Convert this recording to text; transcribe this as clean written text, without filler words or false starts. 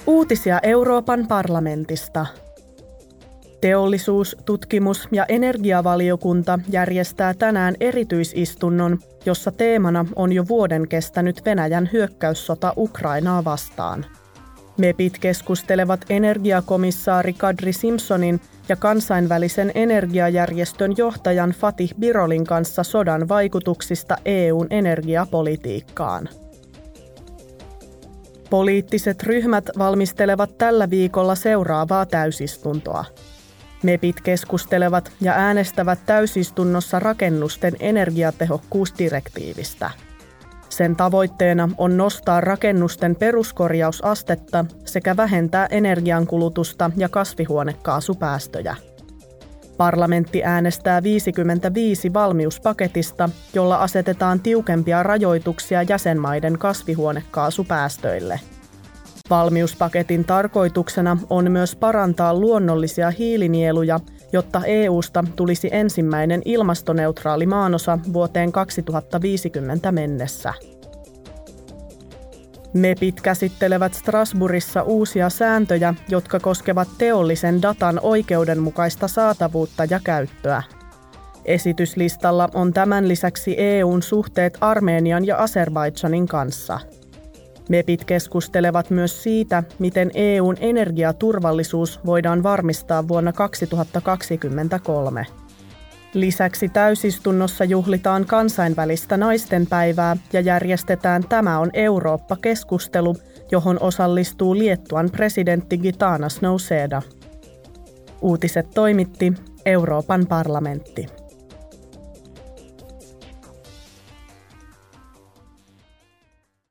Uutisia Euroopan parlamentista. Teollisuus-, tutkimus- ja energiavaliokunta järjestää tänään erityisistunnon, jossa teemana on jo vuoden kestänyt Venäjän hyökkäyssota Ukrainaa vastaan. MEPit keskustelevat energiakomissaari Kadri Simsonin ja kansainvälisen energiajärjestön johtajan Fatih Birolin kanssa sodan vaikutuksista EU:n energiapolitiikkaan. Poliittiset ryhmät valmistelevat tällä viikolla seuraavaa täysistuntoa. MEPit keskustelevat ja äänestävät täysistunnossa rakennusten energiatehokkuusdirektiivistä. Sen tavoitteena on nostaa rakennusten peruskorjausastetta sekä vähentää energiankulutusta ja kasvihuonekaasupäästöjä. Parlamentti äänestää 55 valmiuspaketista, jolla asetetaan tiukempia rajoituksia jäsenmaiden kasvihuonekaasupäästöille. Valmiuspaketin tarkoituksena on myös parantaa luonnollisia hiilinieluja, jotta EU:sta tulisi ensimmäinen ilmastoneutraali maanosa vuoteen 2050 mennessä. MEPit käsittelevät Strasbourgissa uusia sääntöjä, jotka koskevat teollisen datan oikeudenmukaista saatavuutta ja käyttöä. Esityslistalla on tämän lisäksi EU:n suhteet Armenian ja Azerbaidžanin kanssa. MEPit keskustelevat myös siitä, miten EU:n energiaturvallisuus voidaan varmistaa vuonna 2023. Lisäksi täysistunnossa juhlitaan kansainvälistä naistenpäivää ja järjestetään Tämä on Eurooppa-keskustelu, johon osallistuu Liettuan presidentti Gitanas Nausėda. Uutiset toimitti Euroopan parlamentti.